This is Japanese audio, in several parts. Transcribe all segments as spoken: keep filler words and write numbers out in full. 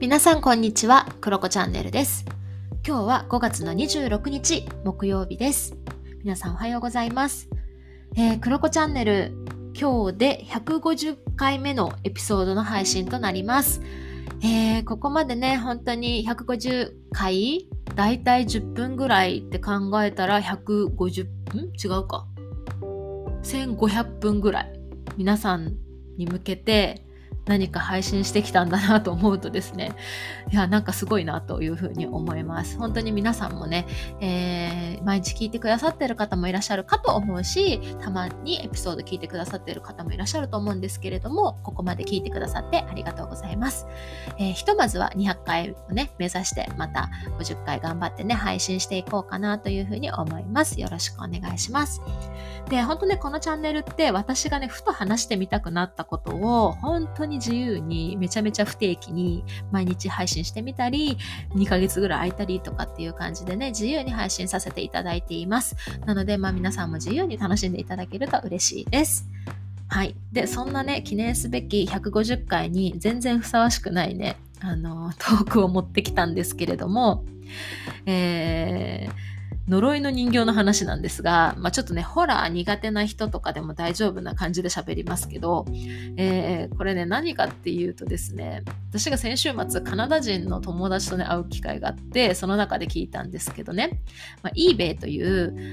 皆さんこんにちは、クロコチャンネルです。今日はごがつのにじゅうろくにち木曜日です。皆さんおはようございます。えー、クロコチャンネル今日でひゃくごじゅっかいめのエピソードの配信となります。えー、ここまでね本当にひゃくごじゅっかいだいたいじゅっぷんぐらいって考えたらひゃくごじゅう、ん違うかせんごひゃっぷんぐらい皆さんに向けて何か配信してきたんだなと思うとですね、いやなんかすごいなというふうに思います。本当に皆さんもね、えー、毎日聞いてくださっている方もいらっしゃるかと思うし、たまにエピソード聞いてくださっている方もいらっしゃると思うんですけれども、ここまで聞いてくださってありがとうございます。えー、ひとまずはにひゃっかいをね目指してまたごじゅっかい頑張ってね配信していこうかなというふうに思います。よろしくお願いします。で、本当ねこのチャンネルって私がねふと話してみたくなったことを本当に自由にめちゃめちゃ不定期に毎日配信してみたり、にかげつぐらい空いたりとかっていう感じでね自由に配信させていただいています。なのでまあ皆さんも自由に楽しんでいただけると嬉しいです。はい。で、そんなね記念すべきひゃくごじゅっかいに全然ふさわしくないねあのトークを持ってきたんですけれども、えー呪いの人形の話なんですが、まあ、ちょっとねホラー苦手な人とかでも大丈夫な感じで喋りますけど、えー、これね何かっていうとですね、私が先週末カナダ人の友達とね会う機会があって、その中で聞いたんですけどね、まあ、eBay という、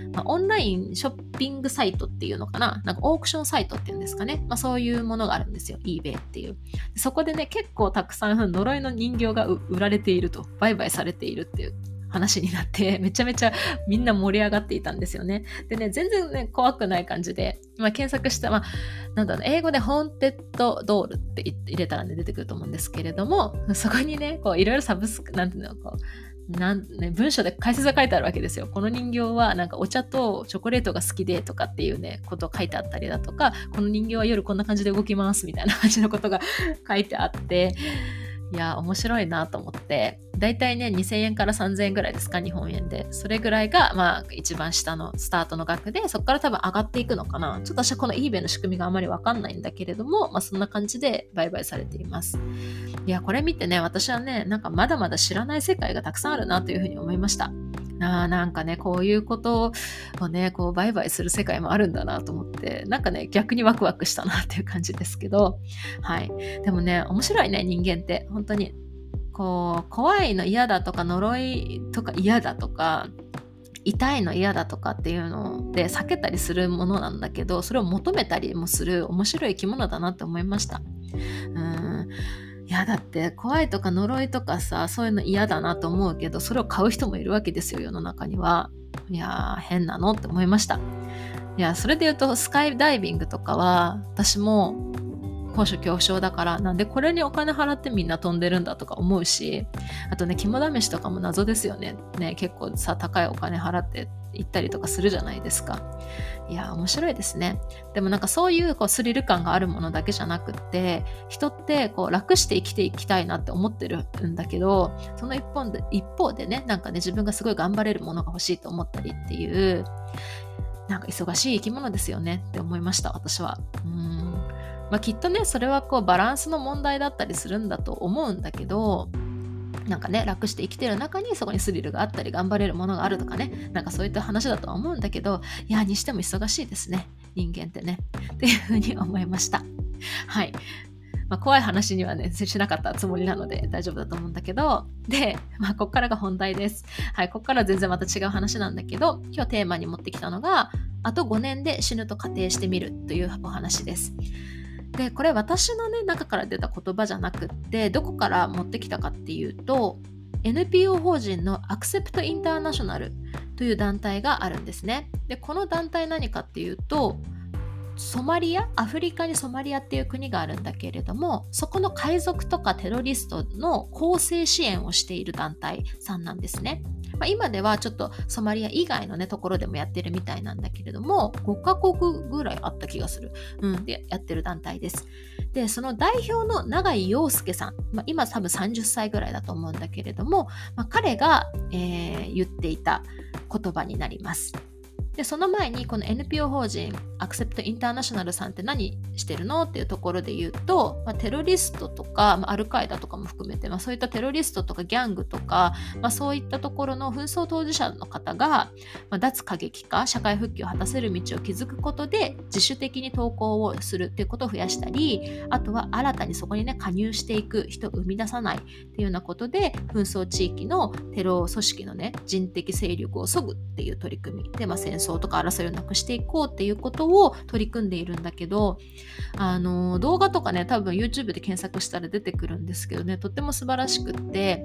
まあ、オンラインショッピングサイトっていうのかな、なんかオークションサイトっていうんですかね、まあ、そういうものがあるんですよ、eBay っていう。そこでね結構たくさん呪いの人形が売られていると、売買されているっていう話になってめちゃめちゃみんな盛り上がっていたんですよね。でね全然ね怖くない感じで、まあ、検索した、まあ、なんだろう英語でホーンテッドドールって入れたらね出てくると思うんですけれども、そこにねこういろいろサブスクなんていうのこうなんね、文章で解説が書いてあるわけですよ。この人形はなんかお茶とチョコレートが好きでとかっていうねことを書いてあったりだとか、この人形は夜こんな感じで動きますみたいな感じのことが書いてあって、いや面白いなと思って、だいたいねにせんえんからさんぜんえんぐらいですか、日本円で。それぐらいがまあ一番下のスタートの額で、そこから多分上がっていくのかな。ちょっと私はこの eBay の仕組みがあまりわかんないんだけれども、まあそんな感じで売買されています。いやこれ見てね私はねなんかまだまだ知らない世界がたくさんあるなというふうに思いました。あなんかねこういうことをねこう売買する世界もあるんだなと思って、なんかね逆にワクワクしたなっていう感じですけど、はい。でもね面白いね人間って本当にこう怖いの嫌だとか呪いとか嫌だとか痛いの嫌だとかっていうので避けたりするものなんだけど、それを求めたりもする面白い生き物だなって思いました。うんいやだって怖いとか呪いとかさそういうの嫌だなと思うけど、それを買う人もいるわけですよ世の中には。いや変なのって思いました。いやそれで言うとスカイダイビングとかは私も高所恐怖症だから、なんでこれにお金払ってみんな飛んでるんだとか思うし、あとね肝試しとかも謎ですよね。ね結構さ高いお金払って行ったりとかするじゃないですか。いや面白いですね。でもなんかそういう、こうスリル感があるものだけじゃなくって、人ってこう楽して生きていきたいなって思ってるんだけど、その一方で一方でねなんかね自分がすごい頑張れるものが欲しいと思ったりっていう、なんか忙しい生き物ですよねって思いました私は。うーんまあ、きっとねそれはこうバランスの問題だったりするんだと思うんだけど、なんかね楽して生きてる中にそこにスリルがあったり頑張れるものがあるとかね、なんかそういった話だとは思うんだけど、いやにしても忙しいですね人間ってねっていうふうに思いました。はい。まあ、怖い話にはねしなかったつもりなので大丈夫だと思うんだけど、で、まあ、ここからが本題です。はい、ここからは全然また違う話なんだけど、今日テーマに持ってきたのがあとごねんで死ぬと仮定してみるというお話です。でこれ私の、ね、中から出た言葉じゃなくって、どこから持ってきたかっていうと エヌピーオー 法人のアクセプトインターナショナルという団体があるんですね。でこの団体何かっていうと、ソマリア、アフリカにソマリアっていう国があるんだけれども、そこの海賊とかテロリストの更生支援をしている団体さんなんですね。まあ、今ではちょっとソマリア以外の、ね、ところでもやってるみたいなんだけれども、ごカ国ぐらいあった気がする、うん、でやってる団体です。でその代表の永井陽介さん、まあ、今多分さんじゅっさいぐらいだと思うんだけれども、まあ、彼が、えー、言っていた言葉になります。 でその前にこの エヌピーオー 法人アクセプトインターナショナルさんって何してるのっていうところで言うと、まあ、テロリストとか、まあ、アルカイダとかも含めて、まあ、そういったテロリストとかギャングとか、まあ、そういったところの紛争当事者の方が、まあ、脱過激化社会復帰を果たせる道を築くことで自主的に投稿をするっていうことを増やしたり、あとは新たにそこにね加入していく人を生み出さないっていうようなことで紛争地域のテロ組織のね人的勢力を削ぐっていう取り組みで、まあ、戦争とか争いをなくしていこうっていうことを取り組んでいるんだけど、あの動画とかね多分 YouTube で検索したら出てくるんですけどね、とっても素晴らしくって、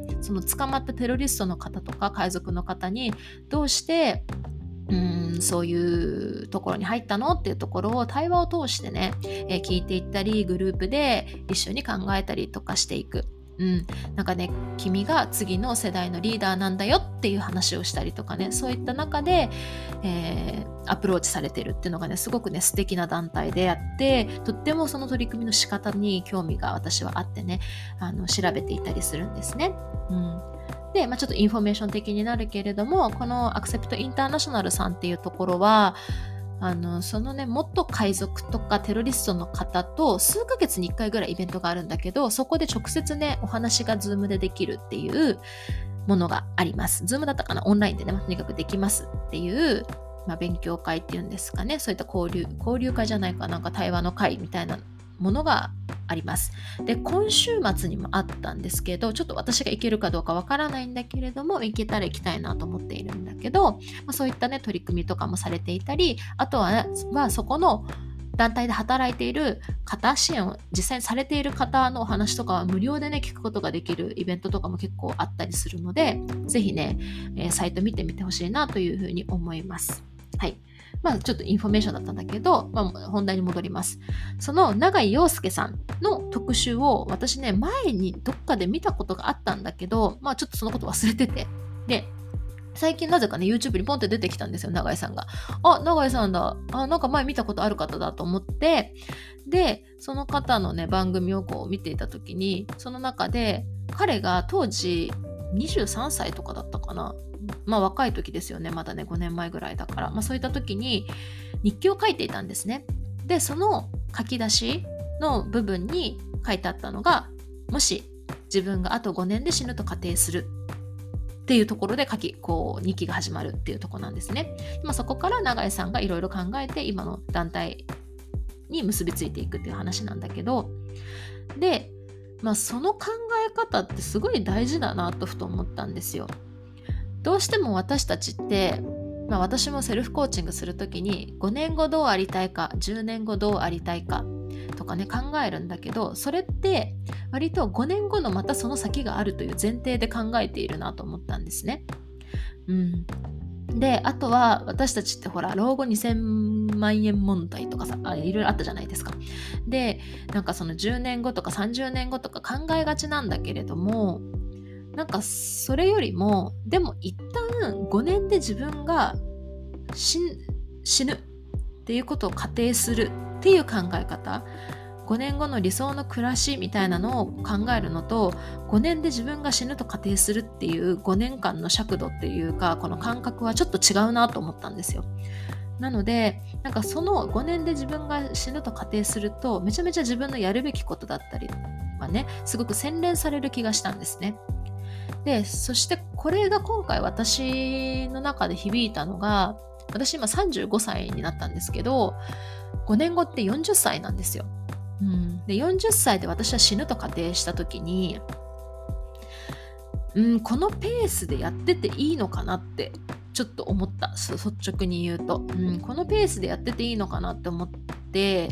その捕まったテロリストの方とか海賊の方にどうしてうーんそういうところに入ったのっていうところを対話を通してね、えー聞いていったりグループで一緒に考えたりとかしていく。うん、なんかね君が次の世代のリーダーなんだよっていう話をしたりとかね、そういった中で、えーアプローチされてるっていうのがねすごくね素敵な団体であって、とってもその取り組みの仕方に興味が私はあってね、あの調べていたりするんですね。うんで、まあ、ちょっとインフォメーション的になるけれども、このアクセプトインターナショナルさんっていうところはあのそのね元海賊とかテロリストの方と数ヶ月にいっかいぐらいイベントがあるんだけど、そこで直接ねお話がズームでできるっていうものがあります。ズームだったかな、オンラインでね、まあとにかくできますっていう、まあ、勉強会っていうんですかね、そういった交流交流会じゃないかなんか対話の会みたいなものがあります。で今週末にもあったんですけど、ちょっと私が行けるかどうかわからないんだけれども、行けたら行きたいなと思っているんだけど、まあ、そういったね取り組みとかもされていたり、あとは、ね、まあ、そこの団体で働いている方、支援を実際にされている方のお話とかは無料でね聞くことができるイベントとかも結構あったりするので、ぜひね、えーサイト見てみてほしいなというふうに思います。はい。まあちょっとインフォメーションだったんだけど、まあ、本題に戻ります。その永井陽介さんの特集を私ね前にどっかで見たことがあったんだけど、まあちょっとそのこと忘れてて、で最近なぜかね YouTube にポンって出てきたんですよ、永井さんが。あ、永井さんだ、あ、なんか前見たことある方だと思って、でその方のね番組をこう見ていた時に、その中で彼が当時にじゅうさんさいとかだったかな、まあ若い時ですよね、まだねごねんまえぐらいだから、まあ、そういった時に日記を書いていたんですね。でその書き出しの部分に書いてあったのが、もし自分があとごねんで死ぬと仮定するっていうところで書きこう日記が始まるっていうところなんですね。まあ、そこから永井さんがいろいろ考えて今の団体に結びついていくっていう話なんだけど、で、まあ、その考え方ってすごい大事だなとふと思ったんですよ。どうしても私たちって、まあ、私もセルフコーチングするときにごねんごどうありたいか、じゅうねんごどうありたいかとかね考えるんだけど、それって割とごねんごのまたその先があるという前提で考えているなと思ったんですね。うん、であとは私たちってほら老後にせんまんえん問題とかさ、あいろいろあったじゃないですか。でなんかそのじゅうねんごとかさんじゅうねんごとか考えがちなんだけれども、なんかそれよりもでも一旦ごねんで自分が死ぬっていうことを仮定するっていう考え方、ごねんごの理想の暮らしみたいなのを考えるのと、ごねんで自分が死ぬと仮定するっていうごねんかんの尺度っていうか、この感覚はちょっと違うなと思ったんですよ。なのでなんかそのごねんで自分が死ぬと仮定すると、めちゃめちゃ自分のやるべきことだったりはねすごく洗練される気がしたんですね。でそしてこれが今回私の中で響いたのが、私今さんじゅうごさいになったんですけど、ごねんごってよんじゅっさいなんですよ。うん、でよんじゅっさいで私は死ぬと仮定した時に、うん、このペースでやってていいのかなってちょっと思った。率直に言うと、うん、このペースでやってていいのかなって思って、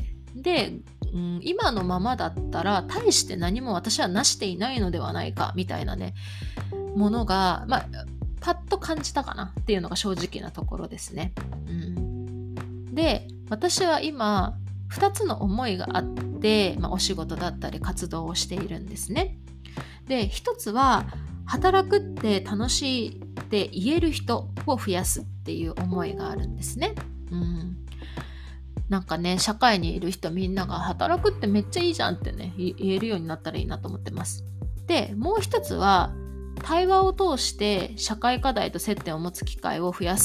で、うん、今のままだったら大して何も私はなしていないのではないかみたいなねものが、まあ、パッと感じたかなっていうのが正直なところですね。うん、で私は今ふたつの思いがあって、まあ、お仕事だったり活動をしているんですね。でひとつは働くって楽しいって言える人を増やすっていう思いがあるんですね。うん、なんかね社会にいる人みんなが働くってめっちゃいいじゃんってね言えるようになったらいいなと思ってます。でもう一つは対話を通して社会課題と接点を持つ機会を増やすっ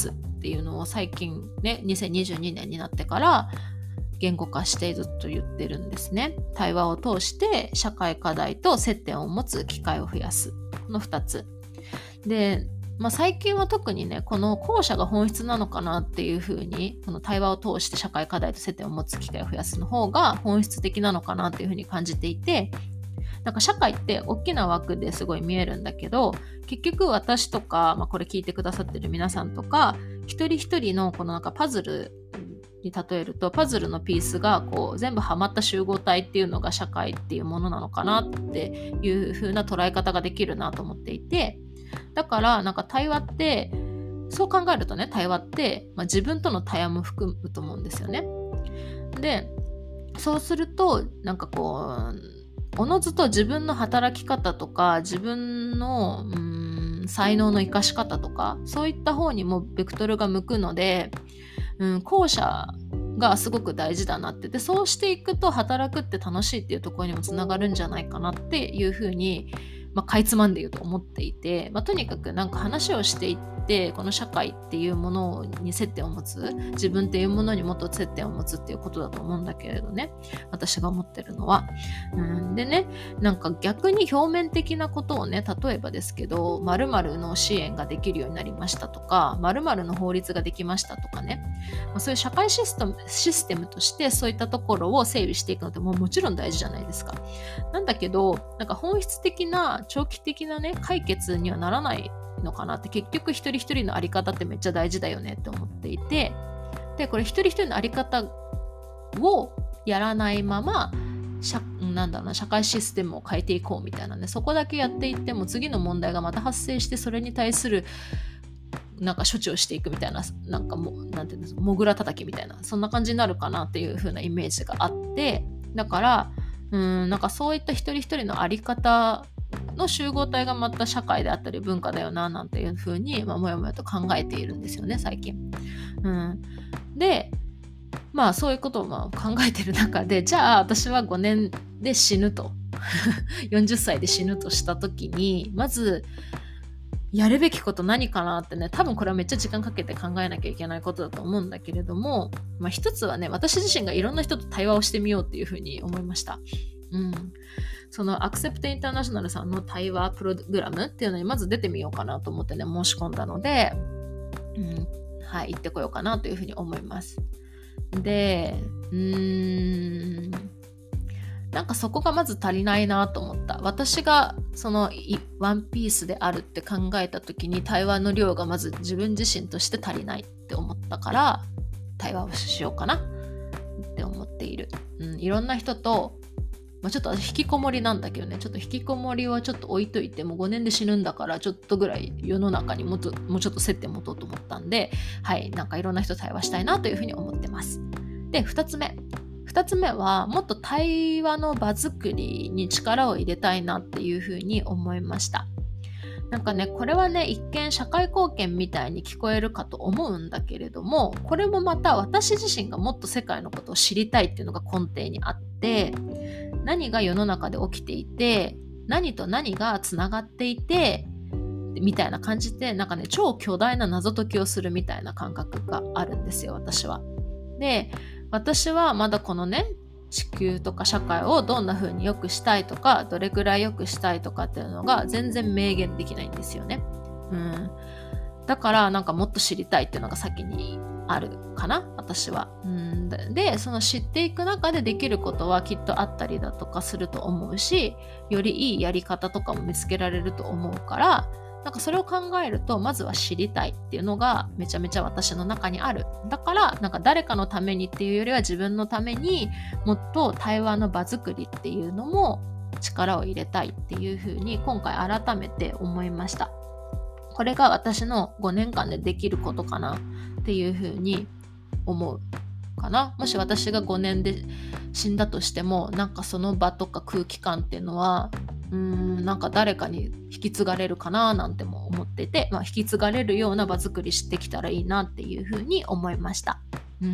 っていうのを最近ね、にせんにじゅうにねんになってから言語化してずっと言ってるんですね。対話を通して社会課題と接点を持つ機会を増やす。このふたつ。で、まあ、最近は特にね、この後者が本質なのかなっていうふうに、この対話を通して社会課題と接点を持つ機会を増やすの方が本質的なのかなっていうふうに感じていて、なんか社会って大きな枠ですごい見えるんだけど、結局私とか、まあ、これ聞いてくださってる皆さんとか、一人一人のこのなんかパズルに例えると、パズルのピースがこう全部はまった集合体っていうのが社会っていうものなのかなっていう風な捉え方ができるなと思っていて、だからなんか対話ってそう考えるとね、対話って、まあ、自分との対話も含むと思うんですよね。で、そうするとなんかこうおのずと自分の働き方とか自分のうーん才能の生かし方とかそういった方にもベクトルが向くので、うん、後者がすごく大事だなって、でそうしていくと働くって楽しいっていうところにもつながるんじゃないかなっていうふうに、まあ、かいつまんで言うと思っていて、まあ、とにかくなんか話をしていってこの社会っていうものに接点を持つ、自分っていうものにもっと接点を持つっていうことだと思うんだけれどね、私が思ってるのは、うん、でね、なんか逆に表面的なことをね、例えばですけど〇〇の支援ができるようになりましたとか、〇〇の法律ができましたとかね、まあ、そういう社会システム、システムとしてそういったところを整備していくのってもうもちろん大事じゃないですか。なんだけどなんか本質的な長期的なね解決にはならないのかなって、結局一人一人のあり方ってめっちゃ大事だよねって思っていて、でこれ一人一人のあり方をやらないまま社なんだろうな社会システムを変えていこうみたいなね、そこだけやっていっても次の問題がまた発生してそれに対するなんか処置をしていくみたいな、なんかもうなんていうんですか、モグラ叩きみたいな、そんな感じになるかなっていう風なイメージがあって、だからうーんなんかそういった一人一人のあり方の集合体がまた社会であったり文化だよななんていう風に、まあ、もやもやと考えているんですよね最近。うん、でまあそういうことをまあ考えてる中で、じゃあ私はごねんで死ぬとよんじゅっさいで死ぬとした時にまずやるべきこと何かなってね、多分これはめっちゃ時間かけて考えなきゃいけないことだと思うんだけれども、まあ一つはね、私自身がいろんな人と対話をしてみようっていうふうに思いました。うん。そのアクセプトインターナショナルさんの対話プログラムっていうのにまず出てみようかなと思ってね、申し込んだので、うん、はい、行ってこようかなというふうに思います。で、うーん、なんかそこがまず足りないなと思った。私がそのワンピースであるって考えた時に対話の量がまず自分自身として足りないって思ったから対話をしようかなって思っている。うん、いろんな人と、まあ、ちょっと引きこもりなんだけどね、ちょっと引きこもりはちょっと置いといて、もうごねんで死ぬんだからちょっとぐらい世の中にもっともうちょっと接点持とうと思ったんで、はい、なんかいろんな人と対話したいなというふうに思ってます。で、ふたつめ。ふたつめはもっと対話の場作りに力を入れたいなっていうふうに思いました。なんかね、これはね、一見社会貢献みたいに聞こえるかと思うんだけれども、これもまた私自身がもっと世界のことを知りたいっていうのが根底にあって、何が世の中で起きていて、何と何がつながっていてみたいな感じで、なんかね、超巨大な謎解きをするみたいな感覚があるんですよ、私は。で、私はまだこのね、地球とか社会をどんな風に良くしたいとか、どれくらい良くしたいとかっていうのが全然明言できないんですよね。うん。だからなんかもっと知りたいっていうのが先にあるかな、私は。うん。で、その知っていく中でできることはきっとあったりだとかすると思うし、よりいいやり方とかも見つけられると思うから、なんかそれを考えるとまずは知りたいっていうのがめちゃめちゃ私の中にある。だからなんか誰かのためにっていうよりは自分のためにもっと対話の場作りっていうのも力を入れたいっていうふうに今回改めて思いました。これが私のごねんかんでできることかなっていうふうに思うかな。もし私がごねんで死んだとしても、なんかその場とか空気感っていうのはうーんなんか誰かに引き継がれるかななんても思ってて、まあ、引き継がれるような場作りしてきたらいいなっていうふうに思いました。うん、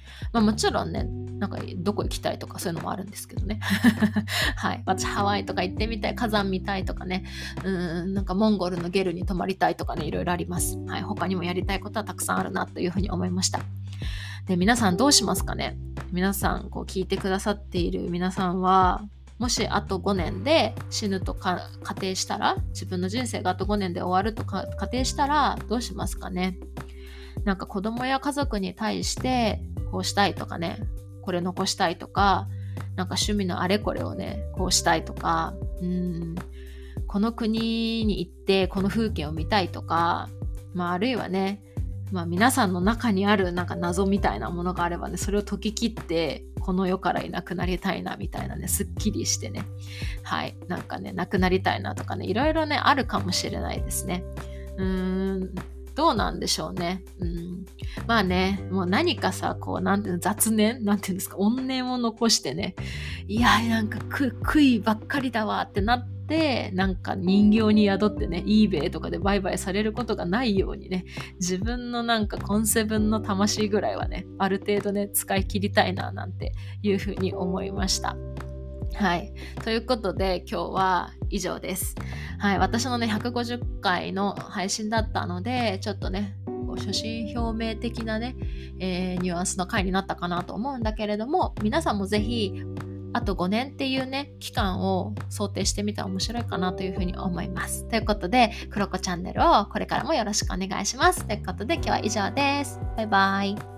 まあもちろんね、なんかどこ行きたいとかそういうのもあるんですけどね。はい。私ハワイとか行ってみたい、火山見たいとかね、うーん、なんかモンゴルのゲルに泊まりたいとかね、いろいろあります。はい。他にもやりたいことはたくさんあるなというふうに思いました。で、皆さんどうしますかね？皆さん、こう聞いてくださっている皆さんは、もしあとごねんで死ぬとか仮定したら、自分の人生があとごねんで終わるとか仮定したらどうしますかね？なんか子供や家族に対してこうしたいとかね、これ残したいとか、なんか趣味のあれこれをね、こうしたいとか、うーん、この国に行ってこの風景を見たいとか、まああるいはね、まあ皆さんの中にあるなんか謎みたいなものがあればね、それを解き切ってこの世からいなくなりたいなみたいなね、すっきりしてね、はい、なんかね、なくなりたいなとかね、いろいろね、あるかもしれないですね。うーん、どうなんでしょうね。うん、まあね、もう何かさ、こう、なんていうの、雑念なんていうんですか、怨念を残してね、いや、なんかく悔いばっかりだわってなって、なんか人形に宿ってね、eBay とかで売買されることがないようにね、自分のなんか今世分の魂ぐらいはね、ある程度ね、使い切りたいななんていうふうに思いました。はい。ということで今日は以上です。はい。私のね、ひゃくごじゅっかいの配信だったので、ちょっとね、こう初心表明的なね、えーニュアンスの回になったかなと思うんだけれども、皆さんもぜひ、あとごねんっていうね、期間を想定してみたら面白いかなというふうに思います。ということで、クロコチャンネルをこれからもよろしくお願いします。ということで今日は以上です。バイバイ。